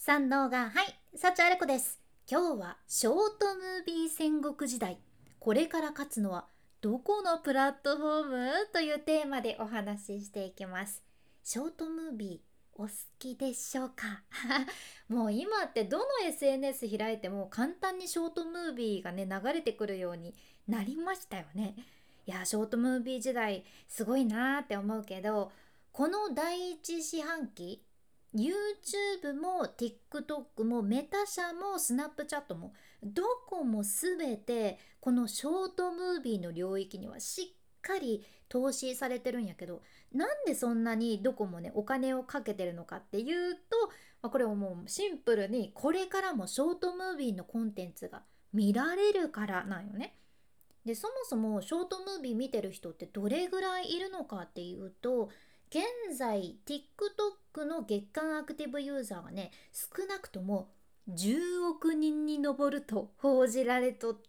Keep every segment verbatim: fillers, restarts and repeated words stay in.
三能がはい、幸あれ子です。今日はショートムービー戦国時代、これから勝つのはどこのプラットフォームというテーマでお話ししていきます。ショートムービーお好きでしょうか？もう今ってどの エスエヌエス 開いても簡単にショートムービーがね流れてくるようになりましたよね。いやショートムービー時代すごいなーって思うけど、この第一四半期YouTube も TikTok もメタ社もスナップチャットもどこも全てこのショートムービーの領域にはしっかり投資されてるんやけど、なんでそんなにどこもねお金をかけてるのかっていうと、まあ、これはもうシンプルにこれからもショートムービーのコンテンツが見られるからなんよね。でそもそもショートムービー見てる人ってどれぐらいいるのかっていうと、現在 TikTok の月間アクティブユーザーがね少なくともじゅうおくにんに上ると報じられとって、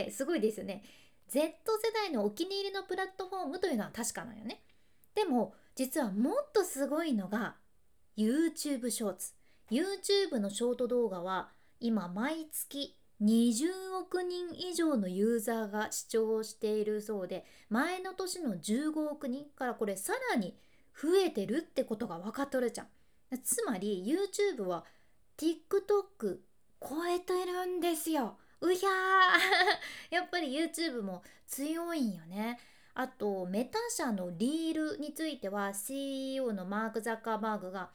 すごいですよね。 Z 世代のお気に入りのプラットフォームというのは確かなんよね。でも実はもっとすごいのが YouTube ショーツ。 YouTube のショート動画は今毎月にじゅうおくにん以上のユーザーが視聴しているそうで、前の年のじゅうごおくにんからこれさらに増えてるってことが分かっとるじゃん。つまり YouTube は TikTok 超えてるんですよ。うひゃーやっぱり YouTube も強いんよね。あとメタ社のリールについては シーイーオー のマーク・ザッカーバーグが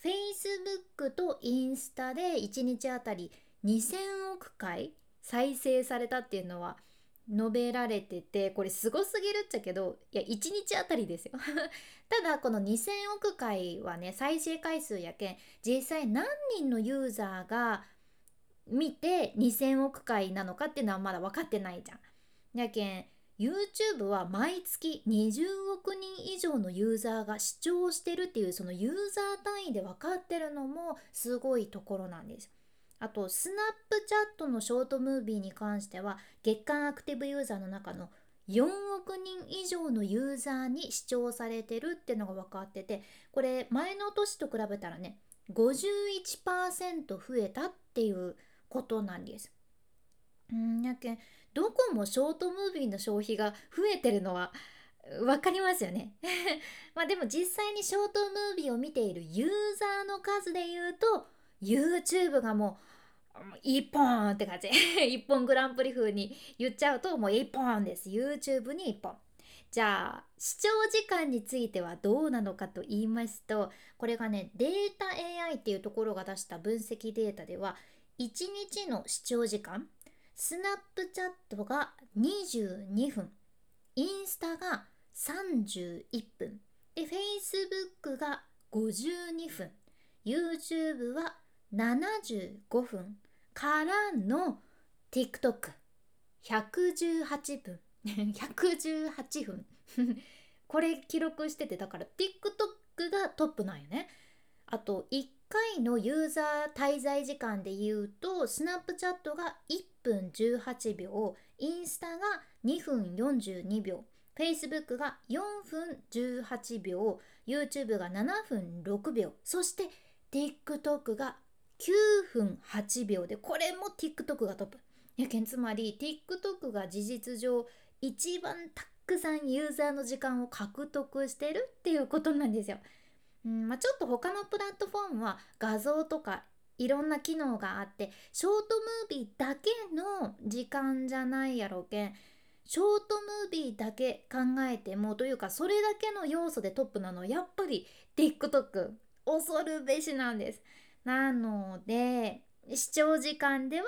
Facebook とインスタでいちにちあたりにせんおく回再生されたっていうのは述べられてて、これすごすぎるっちゃけど、いやいちにちあたりですよただこのにせんおく回はね再生回数やけん、実際何人のユーザーが見てにせんおく回なのかっていうのはまだ分かってないじゃん。やけん YouTube は毎月にじゅうおくにん以上のユーザーが視聴してるっていう、そのユーザー単位で分かってるのもすごいところなんです。あとスナップチャットのショートムービーに関しては月間アクティブユーザーの中のよんおくにん以上のユーザーに視聴されてるっていうのが分かってて、これ前の年と比べたらねごじゅういちパーセント増えたっていうことなんです。うんやけんどこもショートムービーの消費が増えてるのは分かりますよねまあでも実際にショートムービーを見ているユーザーの数で言うと YouTube がもう一本って感じ一本グランプリ風に言っちゃうともう一本です。 YouTube に一本。じゃあ視聴時間についてはどうなのかと言いますと、これがねデータ エーアイ っていうところが出した分析データでは、いちにちの視聴時間、スナップチャットがにじゅうにふん、インスタがさんじゅういっぷんで Facebook がごじゅうにふん、 YouTube はななじゅうごふんからの TikTokひゃくじゅうはちふんひゃくじゅうはちふんこれ記録してて、だから TikTok がトップなんよね。あといっかいのユーザー滞在時間で言うとスナップチャットがいっぷんじゅうはちびょう、インスタがにふんよんじゅうにびょう、 Facebook がよんふんじゅうはちびょう、 YouTube がななふんろくびょう、そして TikTok がきゅうふんはちびょうで、これも TikTok がトップやけん、つまり TikTok が事実上一番たくさんユーザーの時間を獲得してるっていうことなんですよ。うんまあ、ちょっと他のプラットフォームは画像とかいろんな機能があってショートムービーだけの時間じゃないやろけん、ショートムービーだけ考えてもというかそれだけの要素でトップなのはやっぱり TikTok 恐るべしなんです。なので視聴時間では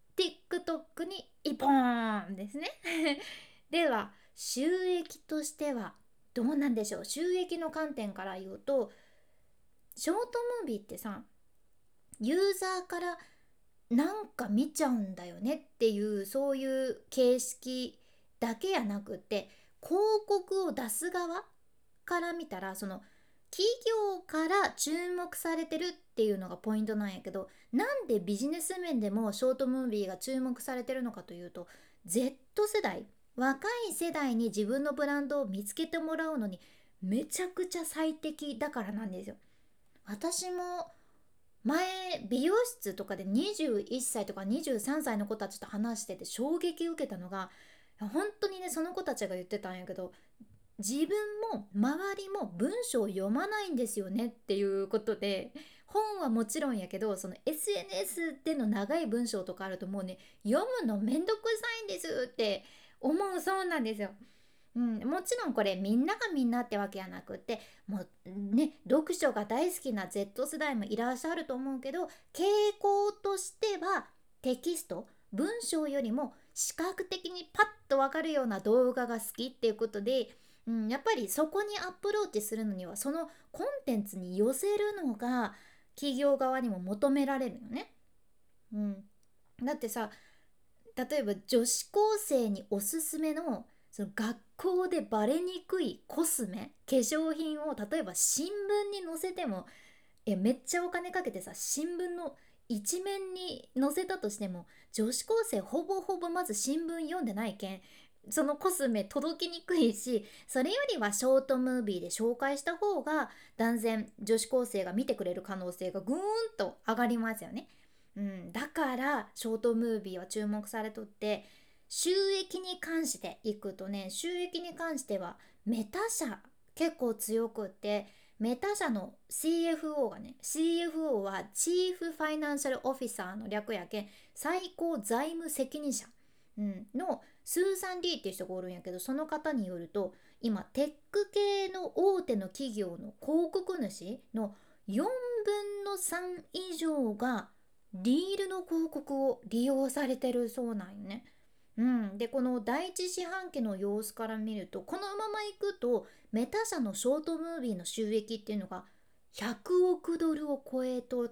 TikTok に一本ですねでは収益としてはどうなんでしょう。収益の観点から言うとショートムービーってさ、ユーザーからなんか見ちゃうんだよねっていうそういう形式だけやなくって、広告を出す側から見たらその企業から注目されてるっていうのがポイントなんやけど、なんでビジネス面でもショートムービーが注目されてるのかというと、 Z 世代、若い世代に自分のブランドを見つけてもらうのにめちゃくちゃ最適だからなんですよ。私も前ね美容室とかでにじゅういっさいとかにじゅうさんさいの子たちと話してて衝撃受けたのが、本当にねその子たちが言ってたんやけど、自分も周りも文章を読まないんですよねっていうことで、本はもちろんやけどその エスエヌエス での長い文章とかあるともうね読むのめんどくさいんですって思うそうなんですよ。うん、もちろんこれみんながみんなってわけやなくって、もうね読書が大好きな Z 世代もいらっしゃると思うけど、傾向としてはテキスト文章よりも視覚的にパッとわかるような動画が好きっていうことで、うん、やっぱりそこにアプローチするのにはそのコンテンツに寄せるのが企業側にも求められるよね。うん、だってさ、例えば女子高生におすすめのその学校でバレにくいコスメ化粧品を例えば新聞に載せても、えめっちゃお金かけてさ新聞の一面に載せたとしても女子高生ほぼほぼまず新聞読んでないけん、そのコスメ届きにくいし、それよりはショートムービーで紹介した方が断然女子高生が見てくれる可能性がぐーんと上がりますよね。うん、だからショートムービーは注目されとって、収益に関していくとね、収益に関してはメタ社結構強くって、メタ社の シーエフオー がね、 シーエフオー はチーフファイナンシャルオフィサーの略やけん最高財務責任者、うん、のスーザン・リーっていう人がおるんやけど、その方によると今テック系の大手の企業の広告主のよんぶんのさん以上がリールの広告を利用されてるそうなんよね。うん、でこの第一四半期の様子から見ると、このままいくとメタ社のショートムービーの収益っていうのがひゃくおくドルを超えとって、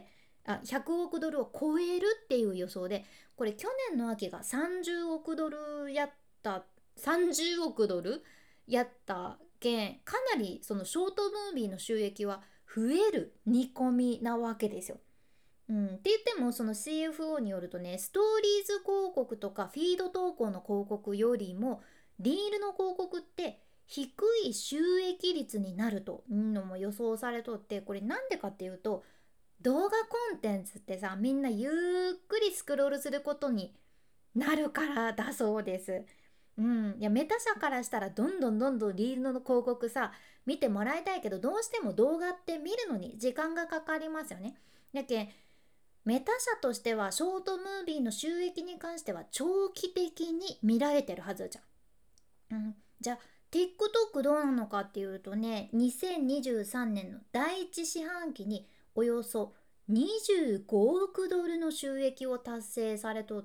あひゃくおくドルを超えるっていう予想で、これ去年の秋がさんじゅうおくドルやったさんじゅうおくドルやったけん、かなりそのショートムービーの収益は増える見込みなわけですよ。うん、って言ってもその シーエフオー によるとね、ストーリーズ広告とかフィード投稿の広告よりもリールの広告って低い収益率になるというのも予想されとって、これなんでかっていうと、動画コンテンツってさみんなゆっくりスクロールすることになるからだそうです。うん、いやメタ社からしたらどんどんどんどんリールの広告さ見てもらいたいけど、どうしても動画って見るのに時間がかかりますよね。だけんメタ社としてはショートムービーの収益に関しては長期的に見られてるはずじゃん。うん、じゃあ TikTok どうなのかっていうとね、にせんにじゅうさんねんの第一四半期におよそにじゅうごおくドルの収益を達成されとって、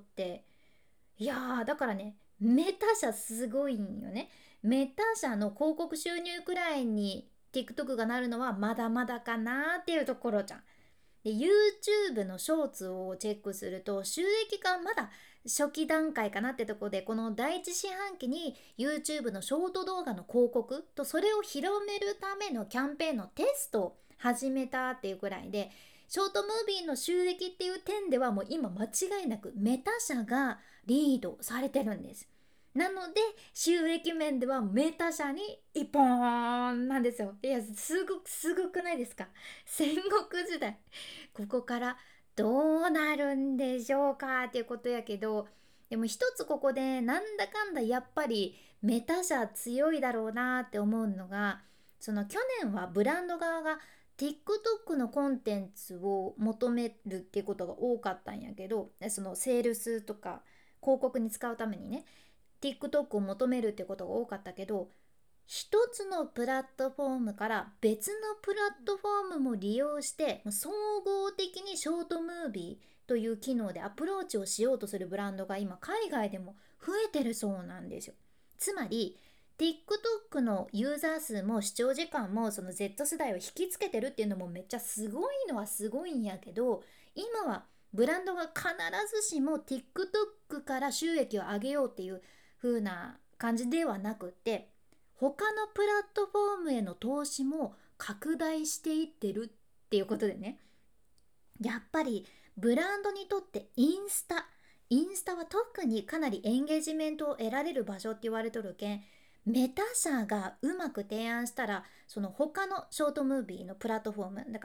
いやーだからねメタ社すごいんよね。メタ社の広告収入くらいに TikTok がなるのはまだまだかなっていうところじゃん。で YouTube のショーツをチェックすると収益がまだ初期段階かなってとこで、この第一四半期に YouTube のショート動画の広告とそれを広めるためのキャンペーンのテストを始めたっていうくらいで、ショートムービーの収益っていう点ではもう今間違いなくメタ社がリードされてるんです。なので収益面ではメタ社に一本なんですよ。いやすごくすごくないですか。戦国時代ここからどうなるんでしょうかっていうことやけど、でも一つここでなんだかんだやっぱりメタ社強いだろうなって思うのが、その去年はブランド側が TikTok のコンテンツを求めるっていうことが多かったんやけど、そのセールスとか広告に使うためにね TikTok を求めるってことが多かったけど、一つのプラットフォームから別のプラットフォームも利用して総合的にショートムービーという機能でアプローチをしようとするブランドが今海外でも増えてるそうなんですよ。つまり TikTok のユーザー数も視聴時間もその Z 世代を引きつけてるっていうのもめっちゃすごいのはすごいんやけど、今はブランドが必ずしも TikTok から収益を上げようっていう風な感じではなくて、他のプラットフォームへの投資も拡大していってるっていうことでね、やっぱりブランドにとってインスタインスタは特にかなりエンゲージメントを得られる場所って言われとるけん、メタ社がうまく提案したらその他のショートムービーのプラットフォームだから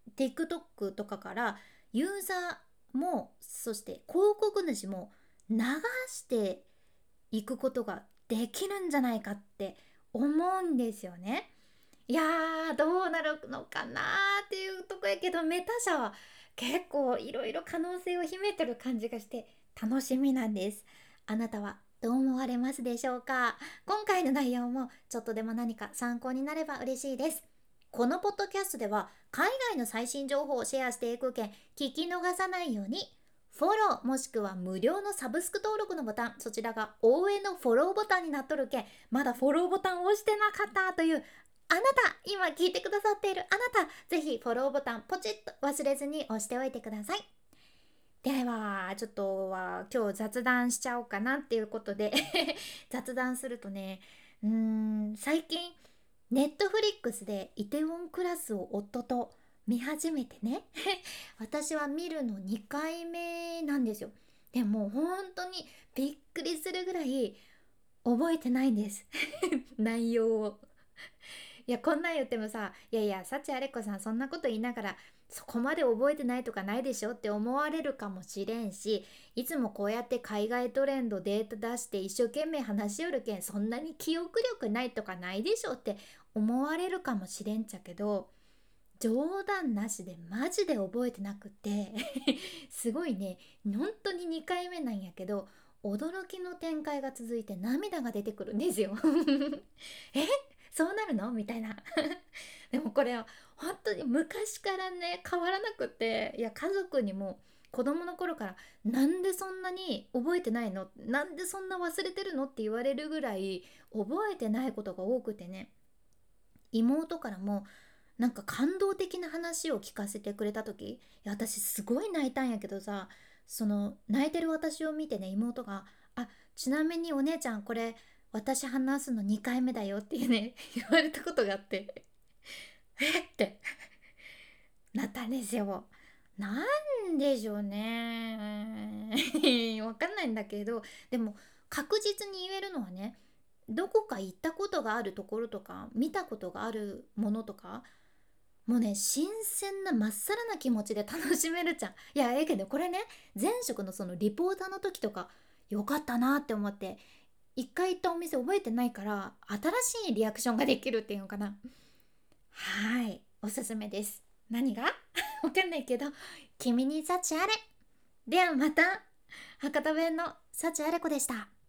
TikTok とかからユーザーもそして広告主も流していくことができるんじゃないかって思うんですよね。いやーどうなるのかなーっていうとこやけど、メタ社は結構いろいろ可能性を秘めてる感じがして楽しみなんです。あなたはどう思われますでしょうか？今回の内容もちょっとでも何か参考になれば嬉しいです。このポッドキャストでは海外の最新情報をシェアしていくけん、聞き逃さないようにフォローもしくは無料のサブスク登録のボタン、そちらが応援のフォローボタンになっとるけん、まだフォローボタンを押してなかったというあなた、今聞いてくださっているあなた、ぜひフォローボタンポチッと忘れずに押しておいてください。ではちょっとは今日雑談しちゃおうかなっていうことで雑談するとね、うーん最近ネットフリックスでイテウォンクラスを夫と見始めてね私は見るのにかいめなんですよ。でも本当にびっくりするぐらい覚えてないんです内容を。いやこんなん言ってもさ、いやいや幸あれ子さんそんなこと言いながらそこまで覚えてないとかないでしょって思われるかもしれんし、いつもこうやって海外トレンドデータ出して一生懸命話しよるけんそんなに記憶力ないとかないでしょって思われるかもしれんちゃけど、冗談なしでマジで覚えてなくてすごいね、本当ににかいめなんやけど驚きの展開が続いて涙が出てくるんですよえそうなるのみたいなでもこれは本当に昔からね変わらなくて、いや家族にも子供の頃からなんでそんなに覚えてないの、なんでそんな忘れてるのって言われるぐらい覚えてないことが多くてね、妹からもなんか感動的な話を聞かせてくれた時、いや私すごい泣いたんやけどさ、その泣いてる私を見てね妹が「あ、ちなみにお姉ちゃんこれ私話すのにかいめだよ」っていうね言われたことがあってえってなったんですよ。なんでしょうねわかんないんだけど、でも確実に言えるのはね、どこか行ったことがあるところとか見たことがあるものとか、もうね新鮮なまっさらな気持ちで楽しめるじゃん。いやええけどこれね、前職のそのリポーターの時とかよかったなって思って、一回行ったお店覚えてないから新しいリアクションができるっていうのかな。はい、おすすめです。何がわかんないけど君に幸あれ。ではまた。博多弁の幸あれ子でした。